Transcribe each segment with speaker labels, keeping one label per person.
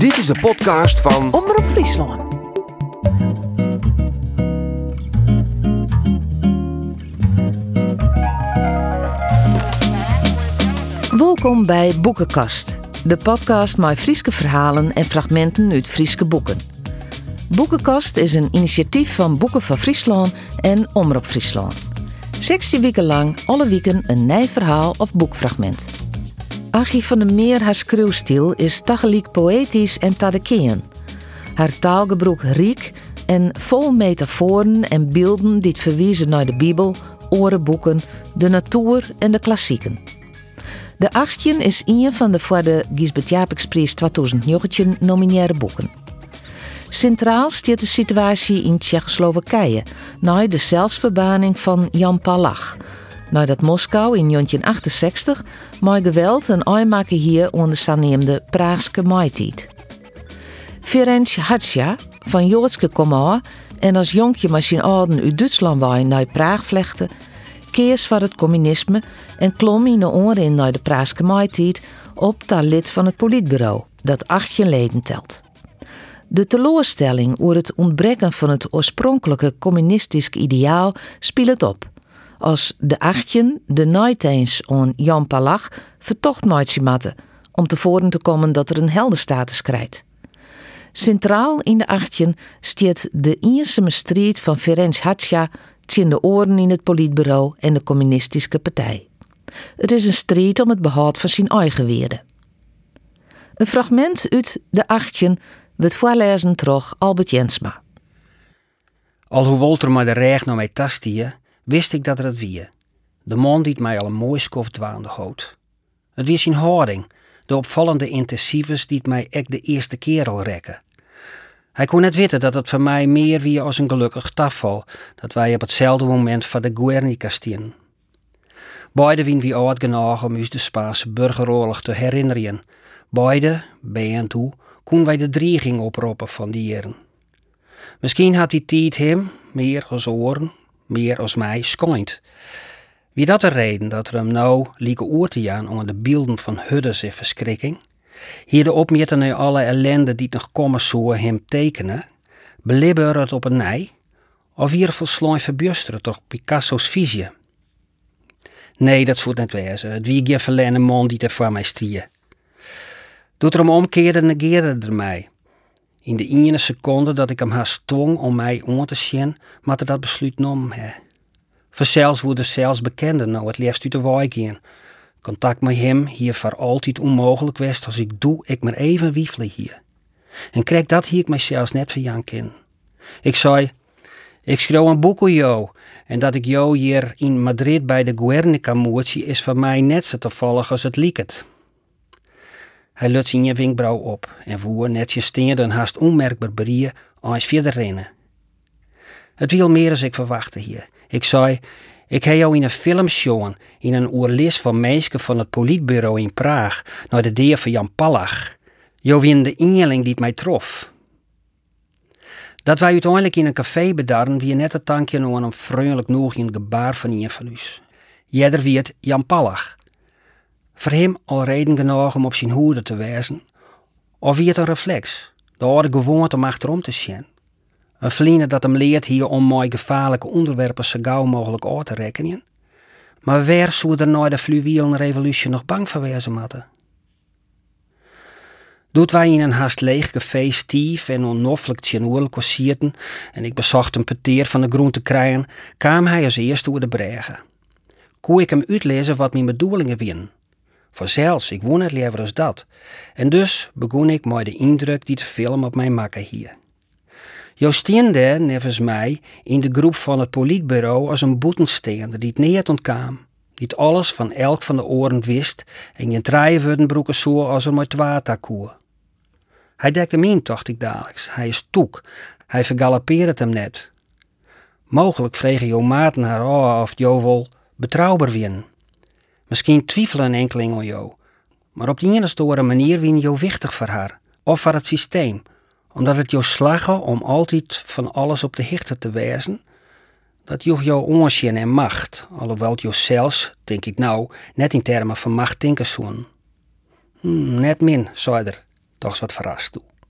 Speaker 1: Dit is de podcast van
Speaker 2: Omroep Friesland. Welkom bij Boekenkast, de podcast met Frieske verhalen en fragmenten uit Frieske boeken. Boekenkast is een initiatief van Boeken van Friesland en Omroep Friesland. 16 weken lang, alle weken een nieuw verhaal of boekfragment. Achie van der Meer, haar schreeuwstil is tegelijk poëtisch en tadekeen. Haar taalgebruik riek en vol metaforen en beelden die verwijzen naar de Bijbel, orenboeken, de natuur en de klassieken. De 18 is een van de voor de Gisbert Japeksprijs 2019 nominaire boeken. Centraal staat de situatie in Tsjechoslowakije, na de zelfsverbaning van Jan Palach. Nadat Moskou in 1968 met geweld een aanmaken hier onder de Praagse maaitijd. Ferenc Hadsja, van Joodse komaf en als jonkje met zijn ouden uit Duitsland waar naar Praag vlechten, keers voor het communisme en klom in de oren naar de Praagse maaitijd op tot lid van het politbureau, dat 18 leden telt. De teleurstelling over het ontbreken van het oorspronkelijke communistische ideaal speelt op. Als de 18 de nooit eens aan Jan Palach vertocht nooit matten om te voren te komen dat er een heldenstatus krijgt. Centraal in de 18 staat de eenzame strijd van Ferenc Hadsja tussen de oren in het politbureau en de communistische partij. Het is een strijd om het behoud van zijn eigen weerde. Een fragment uit de 18 wordt voorlezen door Albert Jensma.
Speaker 3: Alhoewel er maar de reg naar mij tastte, wist ik dat er het wie. De man die het mij al een mooi skof dwaande houdt. Het wie zijn houding, de opvallende intensives die het mij ek de eerste keer al rekken. Hij kon net weten dat het voor mij meer wie als een gelukkig tafel, dat wij op hetzelfde moment van de Guernica stien. Beide wien wie oud genoeg om ons de Spaanse burgeroorlog te herinneren. Beide, bij en toe, kon wij de dreiging oproepen van die jaren. Misschien had die tijd hem, meer als oren, meer als mij, schijnt. Wie dat de reden dat er hem nou lieke oor te jaan onder de beelden van huddes en verschrikking, hier de opmeten naar alle ellende die nog komen zou hem tekenen, belibber het op een nij, of hier verslaan verbusteren door Picasso's visie. Nee, dat zou het niet wezen. Het wie geen verlenen man die er voor mij stier. Doet er hem omkeerde, negeerde er mij. In de ene seconde dat ik hem haast dwong om mij aan te zien, maar dat besluit nam he. Vanzelfs worden zelfs bekenden nou het liefst uit de wijk gaan. Contact met hem hier voor altijd onmogelijk was als ik doe ik maar even wiefelen hier. En krijg dat hier ik mijzelf net verjank in. Ik zei, ik schreeuw een boek over jou en dat ik jou hier in Madrid bij de Guernica moertje is voor mij net zo toevallig als het lieket. Hij lut zijn je wenkbrauw op en voer net je steende een haast onmerkbaar berier eens verder rennen. Het viel meer als ik verwachtte hier. Ik zei, ik heb jou in een film showen, in een oerlis van mensen van het politbureau in Praag, naar de deur van Jan Palach. Jou wien de injeling die het mij trof. Dat wij uiteindelijk in een café bedarren, wie net het tankje naar een vriendelijk nog in het gebaar van een van ons. Jeder wie het Jan Palach. Voor hem al reden genoeg om op zijn hoede te wezen. Of wie het een reflex, de oude gewoonte om achterom te zien. Een vliene dat hem leert hier om mooi gevaarlijke onderwerpen zo gauw mogelijk uit te rekenen. Maar waar zou er na de fluwelen revolutie nog bang voor wezen moeten? Doet wij in een haast leeg café stief en onnoffelijk tjenoel kossierten en ik bezocht een peteer van de groente krijgen, kwam hij als eerste door de bregen. Kon ik hem uitlezen wat mijn bedoelingen waren. Vanzelfs, ik woon het liever als dat. En dus begon ik met de indruk die de film op mij maakte hier. Jo steende, nevens mij, in de groep van het politbureau als een boetensteender die het niet ontkam. Die het alles van elk van de oren wist en je draaien worden broeken zo als er met waterkoer. Hij dekte hem in, dacht ik dagelijks. Hij is toek. Hij vergalopeerde hem net. Mogelijk vregen jouw maten haar of jou wel betrouwbaar wien. Misschien twijfelen een enkeling aan jou. Maar op die ene stoere manier wien jou wichtig voor haar. Of voor het systeem. Omdat het jou slagen om altijd van alles op de hichte te wezen. Dat joeg jou onzin en macht. Alhoewel het jou zelfs, denk ik nou, net in termen van macht denken zoen. Net min, zei er. Toch eens wat verrast toe.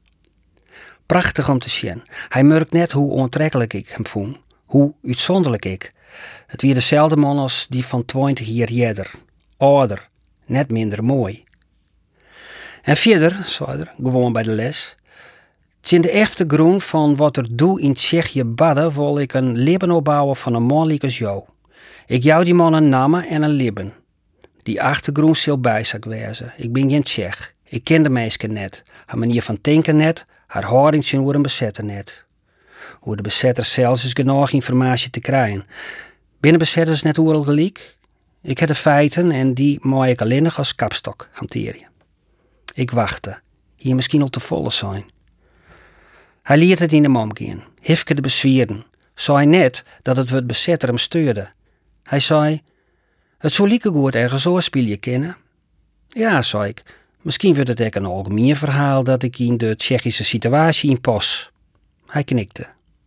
Speaker 3: Prachtig om te zien. Hij merkt net hoe onttrekkelijk ik hem vond. Hoe uitzonderlijk ik. Het weer dezelfde man als die van 20 jaar eerder. Ouder. Net minder mooi. En verder, zei er, gewoon bij de les. Het in de echte grond van wat er doe in Tsjechië badden, wil ik een leven opbouwen van een man als jou. Ik jou die man een namen en een leven. Die achtergrond zal bijzak wezen. Ik ben geen Tsjech. Ik ken de meisje net. Haar manier van denken net. Haar houding zien hoe een bezetter net. Hoe de bezetter zelfs is genoeg informatie te krijgen. Binnen bezetters net overal gelijk? Ik heb de feiten en die moet ik alleen nog als kapstok hanteren. Ik wachtte. Hier misschien al te volle zijn. Hij liet het in de mom gaan. Hifke de bezwieren. Zei net dat het woord bezetter hem steurde. Hij zei, het zou lieke goed ergens oorspelen kennen. Ja, zei ik. Misschien wordt het ook een algemeen verhaal dat ik in de Tsjechische situatie in pas. Hij knikte.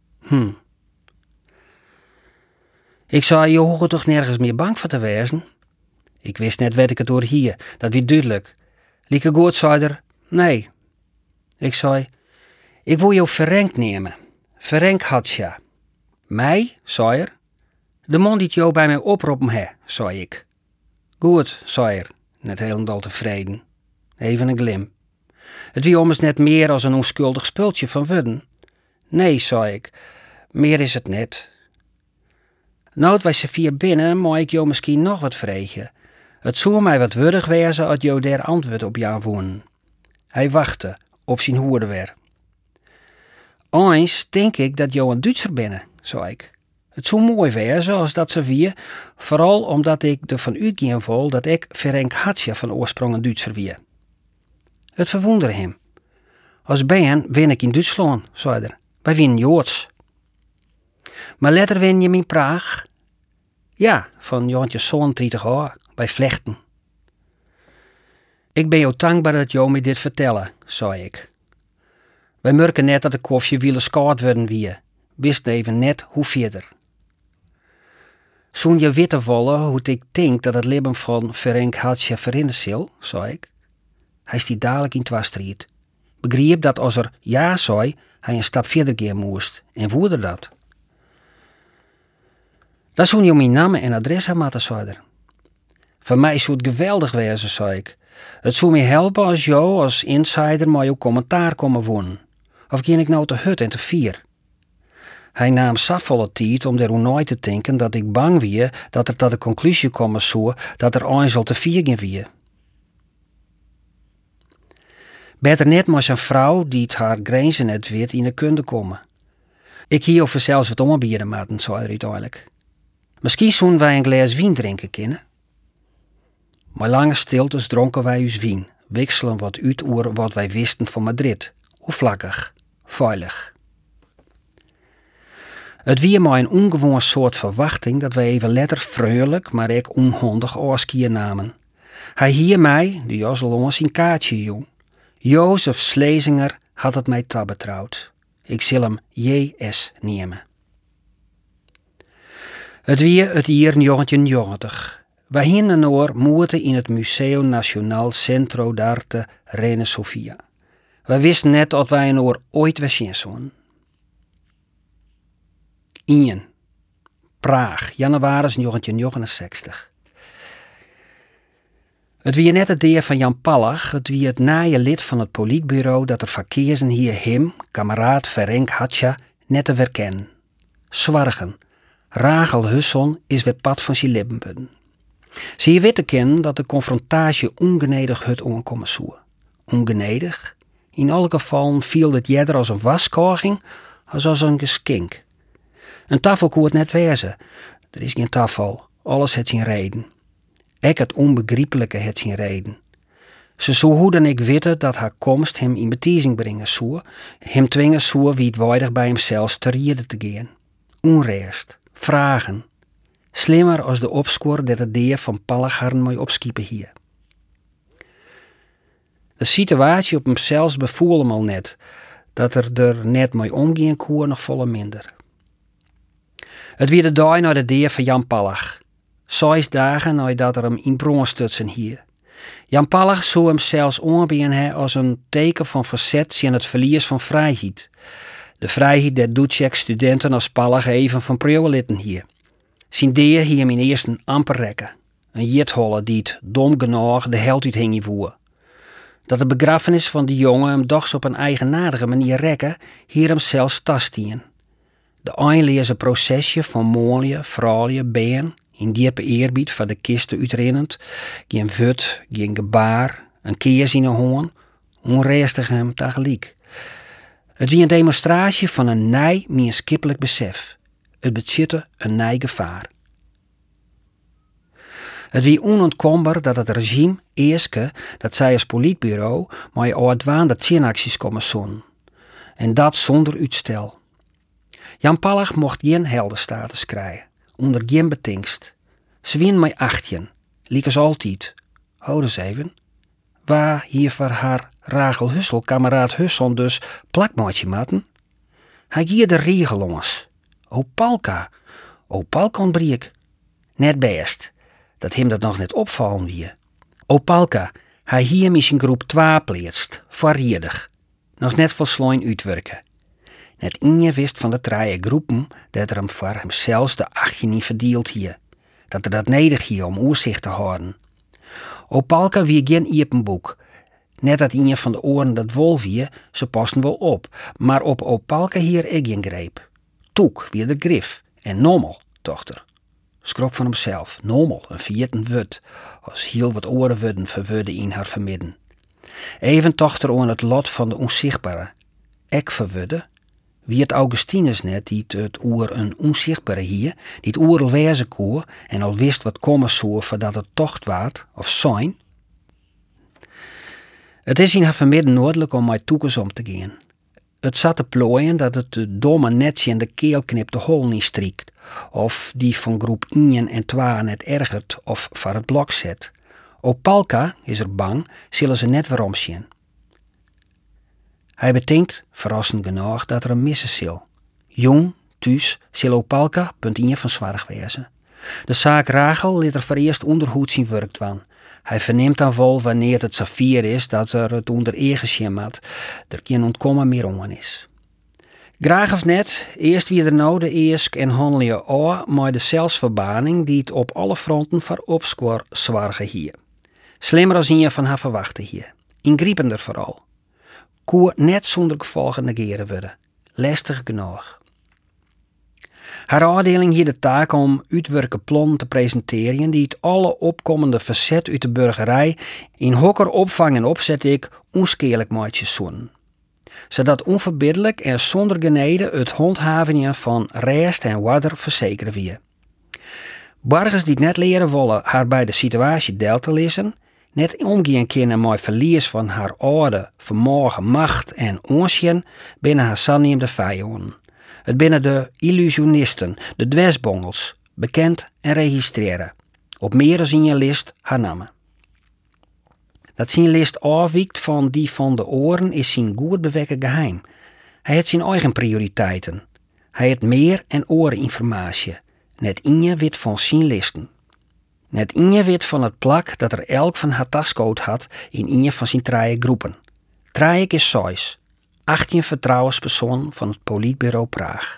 Speaker 3: Ik zei, je hoort toch nergens meer bang voor te wezen? Ik wist net wat ik het door hier, dat weer duidelijk. Lieke goed zei er, nee. Ik zei, ik wil jou Ferenc nemen. Ferenc Hatsja. Mij, zei er. De man die jou bij mij oproepen he, zei ik. Goed, zei er, net helemaal tevreden. Even een glim. Het wie ommers net meer als een onschuldig spultje van wudden. Nee, zei ik, meer is het net. Nou, wij ze vier binnen, moet ik jou misschien nog wat vregen. Het zou mij wat würdig wezen als jou daar antwoord op jou wonen. Hij wachtte, op zijn hoorde weer. Eens denk ik dat jou een Duitser binnen, zei ik. Het zou mooi wezen als dat ze vier, vooral omdat ik ervan uitgaan wil dat ik Ferenc Hatsja van oorsprong een Duitser wie. Het verwonderde hem. Als ben win ik in Duitsland, zei er. Wij winnen Joods. Maar later win je in Praag? Ja, van Jantje zoon 30 jaar, bij Vlechten. Ik ben jou dankbaar dat jou me dit vertellen, zei ik. Wij merken net dat de koffie wielen skaad worden wie. Wist even net hoe verder. Zo'n je weten wollen hoe ik denk dat het leven van Ferenc Hatsja veranderen zal, zei ik. Hij stiet dadelijk in Twastriet. Begreep dat als er ja zei, hij een stap verder gaan moest en voerde dat. Dat zou je mijn naam en adres hebben moeten, zei er. Van mij zou het geweldig wezen, zei ik. Het zou me helpen als jou als insider maar jouw commentaar komen wonen. Of ging ik nou te hut en te vier? Hij nam safvolle tijd om er nooit te denken dat ik bang wie dat er tot de conclusie komen zou dat er eens al te vier ging wie. Beter net maar zijn vrouw die het haar grenzen net weet in de kunde komen. Ik hier over zelfs wat ombieden maten, zei hij uiteindelijk. Misschien zouden wij een glas wien drinken kunnen. Maar lange stiltes dronken wij ons wien, wisselen wat uit oer wat wij wisten van Madrid. Hoe vlakkig, veilig. Het wie maar een ongewoon soort verwachting dat wij even letter vrolijk, maar ook onhandig afskiën namen. Hij hier mij, die was al ons in kaartje jong. Jozef Slezinger had het mij tabetrouwd. Ik zal hem J.S. nemen. Het wie het jaar 1990. Wij hingen naar moeten in het Museo Nacional Centro d'Arte Reina Sofia. Wij wisten net dat wij een oor ooit weer zien zouden. 1. Praag, januari 1969. Het wie net het deer van Jan Palach, het wie het naaie lid van het politbureau dat er verkeersen hier hem, kameraad Ferenc Hatsja, net te verkennen. Zwargen. Rachel Husson is weer pad van zijn lippenputten. Zie je weten kennen dat de confrontatie ongenedig het onkomen zou. Ongenedig? In alle gevallen viel het jeder als een waskoging als een geskink. Een tafel kon het net wezen. Er is geen tafel. Alles heeft zijn reden. Ek het onbegrijpelijke heeft zijn reden. Ze zou hoe dan ik weten dat haar komst hem in betiezing brengen zou, hem dwingen zou wie het weinig bij hemzelf te rieden te gaan. Onreest, vragen. Slimmer als de opscoor dat het deer van Palacharen mooi opschiepen hier. De situatie op hemzelf bevoelde hem al net, dat er net mooi omgaan kon nog volle minder. Het wie de dag naar de deer van Jan Palach. 6 dagen nadat er hem in bron stutsen hier. Jan Palach zou hem zelfs aanbieden als een teken van verzet tegen het verlies van vrijheid. De vrijheid der Dutchek studenten als Palach even van preolitten hier. Zijn deer hier hem in eerst een amper rekken. Een jitholle die het dom genoeg de held uit hing voer. Dat de begrafenis van die jongen hem doch op een eigenaardige manier rekken, hier hem zelfs tastien. De einleerse procesje van mooie, vrouwen, been, in diepe eerbied van de kisten uitrennend, geen vut, geen gebaar, een keers in een hoorn, onreestig hem tegelijk. Het wie een demonstratie van een nij meerskippelijk besef. Het bezitte een nij gevaar. Het wie onontkombaar dat het regime eerste dat zij als politbureau maar oordwaande tjenacties komen zonnen. En dat zonder uitstel. Jan Palach mocht geen heldenstatus krijgen, onder geen betingst. Ze wien mij 18, liek als altijd. Houd eens even. Waar hier voor haar Rachel Hussel, kameraad Hussel dus plakmaatje matten? Hij gier de regelongens. O Palka ontbreek. Net best, dat hem dat nog net opvallen wie. O Palka, hij hier misschien groep 2 pleerst, varierig. Nog net vol sloin uitwerken. Net inje wist van de 3 groepen dat er hem voor hemzelfs de 18 niet verdeeld hier. Dat er dat nedig hier om oorzicht te houden. O Palka wie geen iepenboek. Net dat inje van de oren dat wol wie, ze passen wel op. Maar op O Palka hier ik geen greep. Toek wie de grif. En nommel, dochter. Schrok van hemzelf. Nommel, een vierten wut. Als heel wat oren wudden verwudden in haar vermidden. Even dochter aan het lot van de onzichtbare. Ek verwudden. Wie het Augustinus net, die het oer een onzichtbare hier, die het oer al wezen koer en al wist wat komen zou voordat het tocht waard, of zijn. Het is in haar vermidden noordelijk om mij toekens om te gaan. Het zat te plooien dat het de domme netje in de keel knipte hol niet striekt, of die van groep 1 en 2 net ergert of voor het blok zet. Op Palka is er bang, zullen ze net waarom zien. Hij betinkt, verrassend genoeg, dat er een missen zal. Jong, thuis, zal op Palka punt 1 van zwaar wezen. De zaak Rachel liet er voor eerst onderhoed zien werkt van. Hij verneemt dan wel wanneer het Safir is dat er het onder eer had, er geen ontkomen meer om is. Graag of net, eerst wie er nou de eerst en handelen oor, maar de zelfsverbaning die het op alle fronten voor opschoor zwaarge hier. Slimmer als je van haar verwachten hier. Ingriepender vooral. Koer net zonder gevolgen negeren worden. Lastig genoeg. Haar afdeling hier de taak om uitwerken plannen te presenteren die het alle opkomende verzet uit de burgerij in hokker opvang en opzet ik onskeerlijk maatjes zoen. Zodat onverbiddelijk en zonder genede het handhaven van rest en water verzekeren wie. Burgers die het net leren willen haar bij de situatie deel te lezen, net omgaan kunnen met verlies van haar orde, vermogen, macht en onzin binnen haar zanneemde vijanden. Het binnen de illusionisten, de dwarsbongels, bekend en registreren. Op meer dan in je list haar namen. Dat zijn list afwijkt van die van de oren is zijn goed bewekken geheim. Hij heeft zijn eigen prioriteiten. Hij heeft meer en oreninformatie. Net inje wit van zijn listen. Net inje wit van het plak dat er elk van haar tascode had in inje van zijn 3 groepen. 3 is 6. 18 vertrouwenspersonen van het politbureau Praag.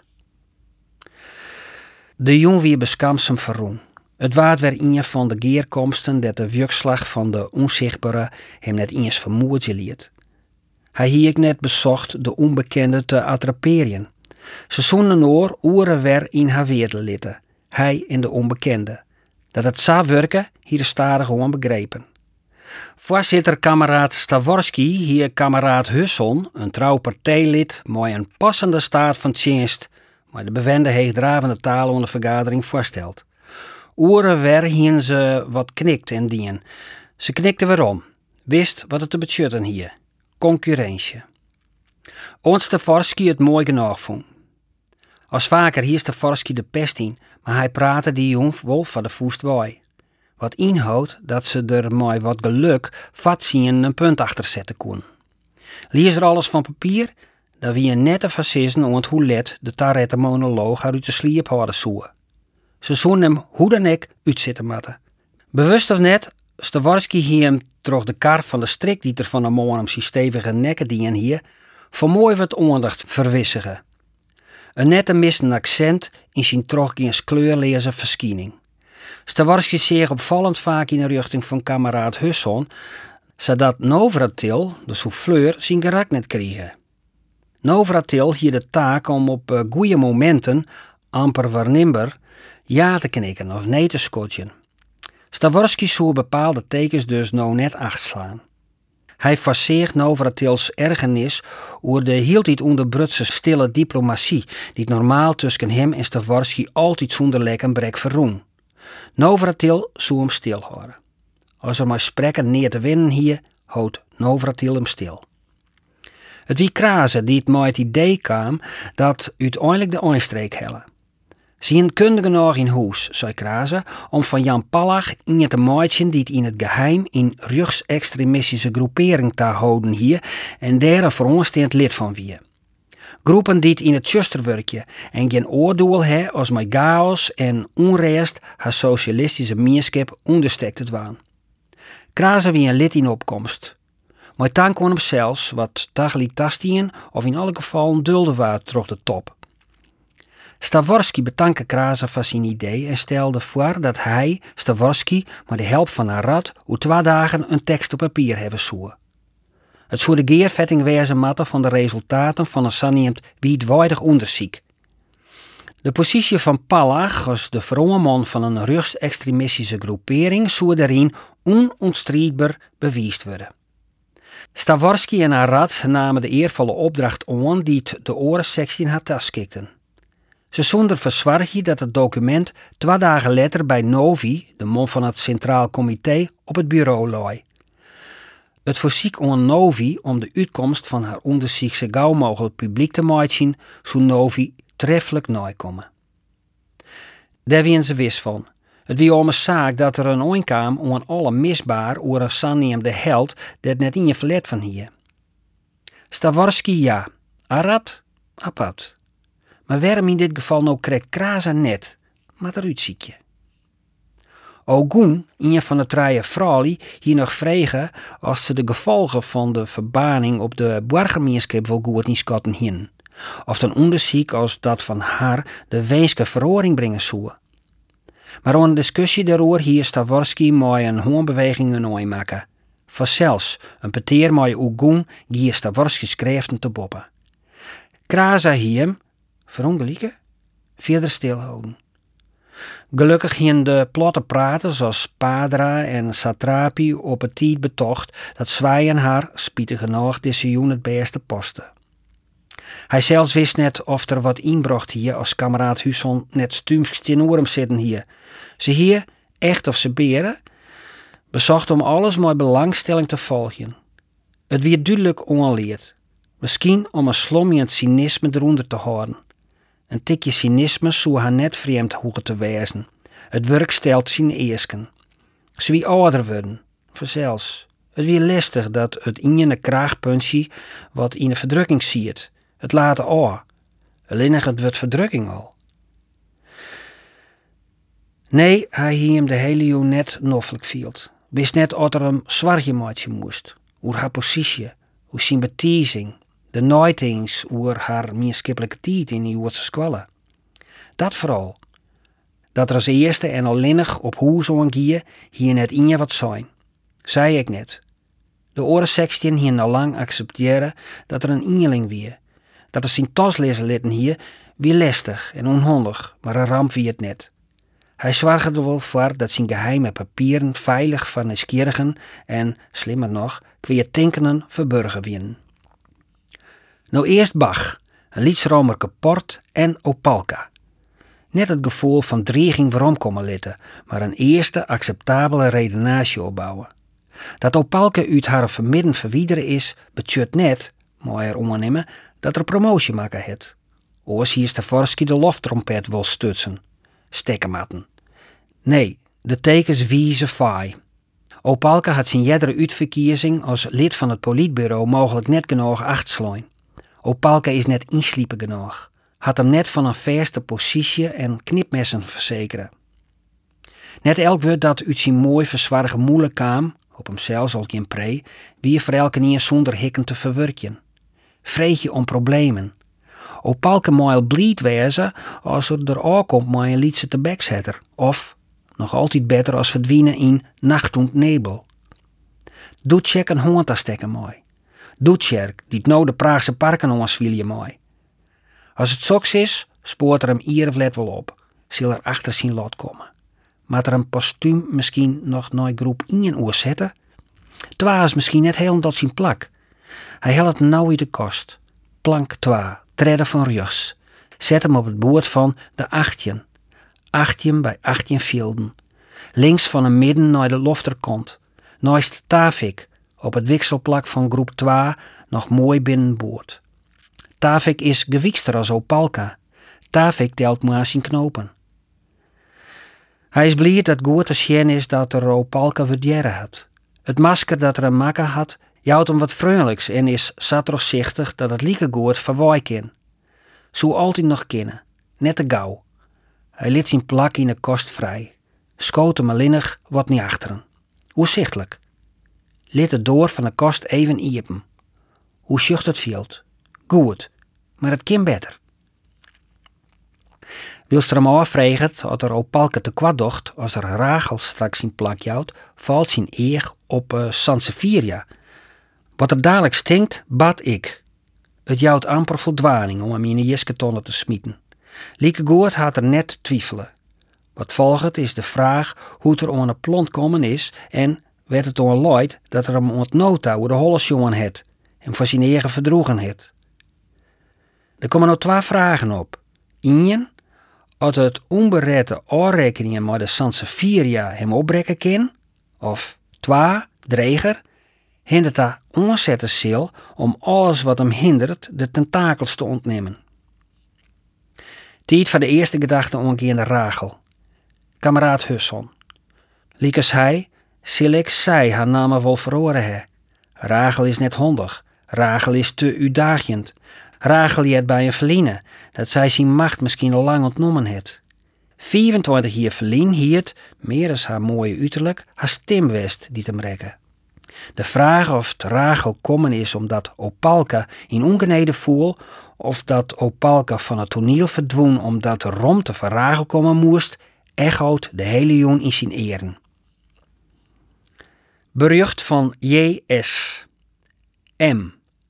Speaker 3: De jong weer beskamsem verroen. Het waard weer inje van de geerkomsten dat de wjukslag van de onzichtbare hem net eens vermoedje liet. Hij hiek net bezocht de onbekende te attraperen. Ze zoenen oren weer in haar wereld litten. Hij en de onbekende. Dat het zou werken, hier de stadig gewoon begrepen. Voorzitter kameraad Staworski, hier kameraad Hussel, een trouw partijlid, met een passende staat van dienst, maar de bewende heegdravende taal onder vergadering voorstelt. Oren weer hien ze wat knikt en dien. Ze knikte weer om. Wist wat het te betjutten hier. Concurrentie. Ons Staworski het mooi genoeg vond. Als vaker hier Staworski de pest in, maar hij praatte die jong wolf van de voest waai. Wat inhoudt dat ze er met wat geluk vatzien een punt achter zetten kon. Lees er alles van papier, dat wie een nette fascisten om het hoe let de tarrette monoloog uit de sliep hadden zoeken. Ze zoen hem hoe dan ik uitzitten matten. Bewust of net, Staworski hier hem troch de kar van de strikdieter van de man om zijn stevige nekken die hier, voor mooi wat aandacht verwissigen. Een nette missend accent in zijn trochgeens kleurlezen verschijning. Stawarski zeer opvallend vaak in de richting van kameraad Husson, zodat Novratil, de souffleur, zijn gerak net kregen. Novratil hier de taak om op goede momenten, amper waarnimmer, ja te knikken of nee te skotjen. Stawarski zou bepaalde tekens dus nou net achtslaan. Hij faceert Novratils ergernis over de hieltijd onderbrutse stille diplomatie die normaal tussen hem en Stawarski altijd zonder lekker brek verroen. Novratil zou hem stilhouden. Als er maar spreken neer te winnen hier, houdt Novratil hem stil. Het wie Krase die het met het idee kwam dat uiteindelijk de eindstreek hellen. Zien kundigen nog in huis, zei Krase, om van Jan Pallach in te maatjen die het in het geheim in rechtsextremistische groepering te houden hier en daar een verondersteund lid van wie. Groepen die het in het tjusterwerkje en geen oordoel he als met chaos en onrest haar socialistische mierskip onderstekt het waan. Krase wie een lid in opkomst. Maar dan kon hem zelfs wat tagli-tastien of in alle gevallen dulden waar troch de top. Stawarski bedankte Krase van zijn idee en stelde voor dat hij, Stawarski, met de hulp van een rad, over 2 dagen een tekst op papier hebben zou. Het zou de geervetting wezen matten van de resultaten van een sanneemd wijdweidig onderzoek. De positie van Pallach als de vroegeman van een rechtsextremistische groepering zou daarin onontstrijdbaar bewijst worden. Stawarski en haar rad namen de eervolle opdracht aan die het de oorlogssectie had taskikten. Ze zonder verzwargje dat het document 2 dagen later bij Novi, de man van het Centraal Comité, op het bureau lag. Het voorziek aan Novi om de uitkomst van haar onderzoek zo gauw mogelijk publiek te maken, zou Novi treffelijk nakomen. Daar wien ze wist van. Het wie om een zaak dat er een oinkwam om alle misbaar oor een sanneemde held dat net in je verlet van hier. Stawarski ja, Arad apart. Maar waarom in dit geval nou krijgt Krase net, maar eruit ziek je. Ogun, een van de 3 vrouwen, hier nog vregen als ze de gevolgen van de verbaning op de burgergemeenschap wel goed in schatten hin. Of een onderzoek als dat van haar de wenske verhoring brengen zou. Maar aan een discussie daarover hier Stawarski met een hoornbeweging een maken. Vanzelfs, een peteer met Ogun gie Stawarski schrijften te boppen. Krase hier verongelijken, verder stilhouden. Gelukkig hien de plotte praters als Padra en Satrapi op het tijd betocht dat zwijgen haar, spietig genoeg, deze joen het beste posten. Hij zelfs wist net of er wat inbrocht hier als kameraad Husson net stuums in oorem zitten hier. Ze hier, echt of ze beren, bezocht om alles met belangstelling te volgen. Het wie duidelijk onleerd. Misschien om een slommend cynisme eronder te houden. Een tikje cynisme zou haar net vreemd hoegen te wezen. Het werk stelt zijn eersken. Ze wie ouder worden, vanzelfs. Het wie lastig dat het in de kraagpuntje wat in de verdrukking ziet. Het later oor. Alleen het wordt verdrukking al. Nee, hij hier hem de hele jaar net noffelijk vielt. Wist net dat er hem zwartje maatje moest. Oer haar positie, oer zijn betiezing. De nooitings oer haar meeskippelijke tijd in de Joodse squallen. Dat vooral. Dat er als eerste en alleenig op hoe zo'n gier hier net in je wat zijn. Zei ik net. De oorlogssectie hier al lang accepteren dat er een injeling wie. Dat er zijn toslezen litten hier wie lastig en onhandig, maar een ramp wie het net. Hij zorgde er wel voor dat zijn geheime papieren veilig van nieuwsgierigen en, slimmer nog, kweertinkenden verburgen winnen. Nou eerst Bach, een lietsromer kaport en Opalka. Net het gevoel van dreiging waarom komen litten, maar een eerste acceptabele redenatie opbouwen. Dat Opalka uit haar vermidden verwijderen is, betekent net, maar er ondernemen, dat er promotie maken het. Oors hier Stawarski de loftrompet wil stutsen. Stekkenmatten. Nee, de tekens wiezen faai. Opalka had zijn jedere uitverkiezing als lid van het politbureau mogelijk net genoeg achtslaan. Opalka is net insliepen genoeg. Had hem net van een verste positie en knipmessen verzekeren. Net elk woord dat uit zijn mooi verzwarige moeilijk kwam, op hemzelf al geen pre, wie voor elke niet zonder hikken te verwerken. Vreet je om problemen. Opalke mooi blied wezen als er aankomt met een liedse tabakzetter. Of, nog altijd beter als verdwijnen in nacht und nebel. Doet check een hond stekken mooi. Doet check die nou de Praagse parken ons je mooi. Als het zoks is, spoort er hem hier of let wel op. Zal er achter zijn lot komen. Maar er een postuum misschien nog nooit groep 1 oor zetten? Twa is misschien net heel tot zijn plak. Hij helpt nou uit de kost. Plank 2, treden van rechts. Zet hem op het boord van de 18. 18 bij 18 velden. Links van een midden naar de lofterkant. Naast Tafik, op het wikselplak van groep 2, nog mooi binnenboord. Tafik is gewiekster als Opalka. Tafik telt maar zijn knopen. Hij is blij dat goed te zien is dat er Opalka verdjeren had. Het masker dat er een makker had, jouwt hem wat vriendelijks en is zaterzichtig dat het lieke goed verwaai kan. Zo altijd nog kennen, net te gauw. Hij liet zijn plak in de kost vrij. Schoot hem alleenig wat niet achteren. Hoe zichtelijk. Liet het door van de kost even iepen. Hoe zucht het viel. Goed, maar het kan beter. Wilst er hem afvregen dat er Opalka te kwad docht als er Rachel straks zijn plak jouwt, valt zijn eer op Sanseviria. Wat er dadelijk stinkt, bad ik. Het jouwt amper voldwaning om hem in de jisketonnen te smieten. Lieke Goort had er net twijfelen. Wat volgt is de vraag hoe het er om een plont komen is en werd het onluid dat er hem ontnota hoe de hollesjongen het en voor zijn eigen verdroegen het. Er komen nou 2 vragen op. 1. Of het onberette aanrekeningen met de Sanseviria hem opbrekken kan. Of 2. Dreger. Hindert daar onzetten zal om alles wat hem hindert de tentakels te ontnemen. Tijd voor de eerste gedachte omgeende Rachel. Kameraad Husson. Liekes hij, zal ik zij haar namen wel verhoren he. Rachel is net hondig. Rachel is te uitdagend. Rachel je het bij een verliezen, dat zij zijn macht misschien al lang ontnomen het. 24 jaar verlien hield, meer als haar mooie uiterlijk, haar stemwest die hem rekken. De vraag of het Rachel komen is omdat Opalka in ongenede voel, of dat Opalka van het toneel verdwoen omdat de romte van Rachel komen moest, echoot de hele jong in zijn eren. Bericht van J.S. M.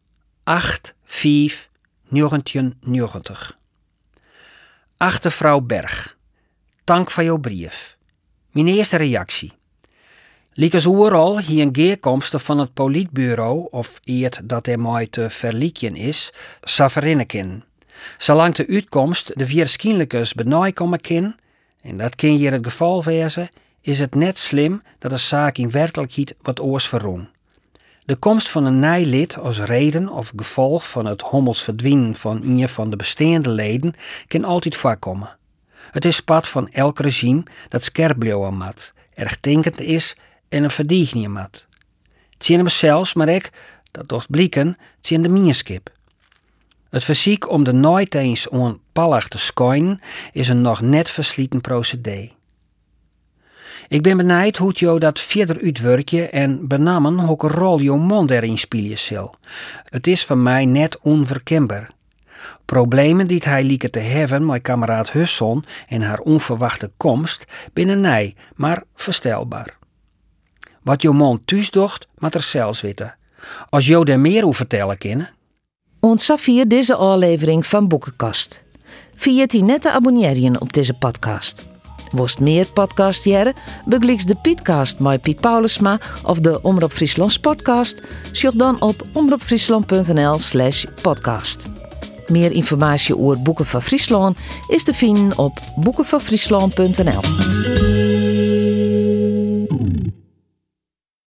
Speaker 3: 8/5/1990. Achte vrouw Berg. Dank voor jouw brief. Mijn eerste reactie. Liekes ooral hier een geerkomsten van het politbureau of eert dat er mij te verlieken is, saverinneken. Zolang de uitkomst de waarschijnlijkes benauw komen kan, en dat kan hier het geval wezen, is het net slim dat de zaak in werkelijkheid wat oors verroen. De komst van een nieuw lid als reden of gevolg van het hommels verdwijnen van een van de bestaande leden kan altijd voorkomen. Het is pad van elk regime dat scherp blijven moet, erg denkend is en een verdiening moet. Het zien hem zelfs, maar ik, dat docht blikken, het zien de minskip. Het verziek om de nooit eens on pallag te schijnen is een nog net verslieten procedé. Ik ben benijd hoe jou dat verder uitwerkje en benamen welke rol jouw mond erin spelen zal. Het is van mij net onverkenbaar. Problemen die hij lieke te hebben met kameraad Husson en haar onverwachte komst binnen nij, maar verstelbaar. Wat jouw mond thuis docht, moet er zelfs weten. Als jou daar meer over vertellen kan.
Speaker 2: Ontzag hier deze aflevering van Boekenkast. Vergeet je net te abonneren op deze podcast. Wost meer podcast jaren, bekliks de Pietcast met Piet Paulusma of de Omroep Friesland podcast, zoek dan op omroepfriesland.nl/podcast. Meer informatie over Boeken van Friesland is te vinden op boekenvanfriesland.nl.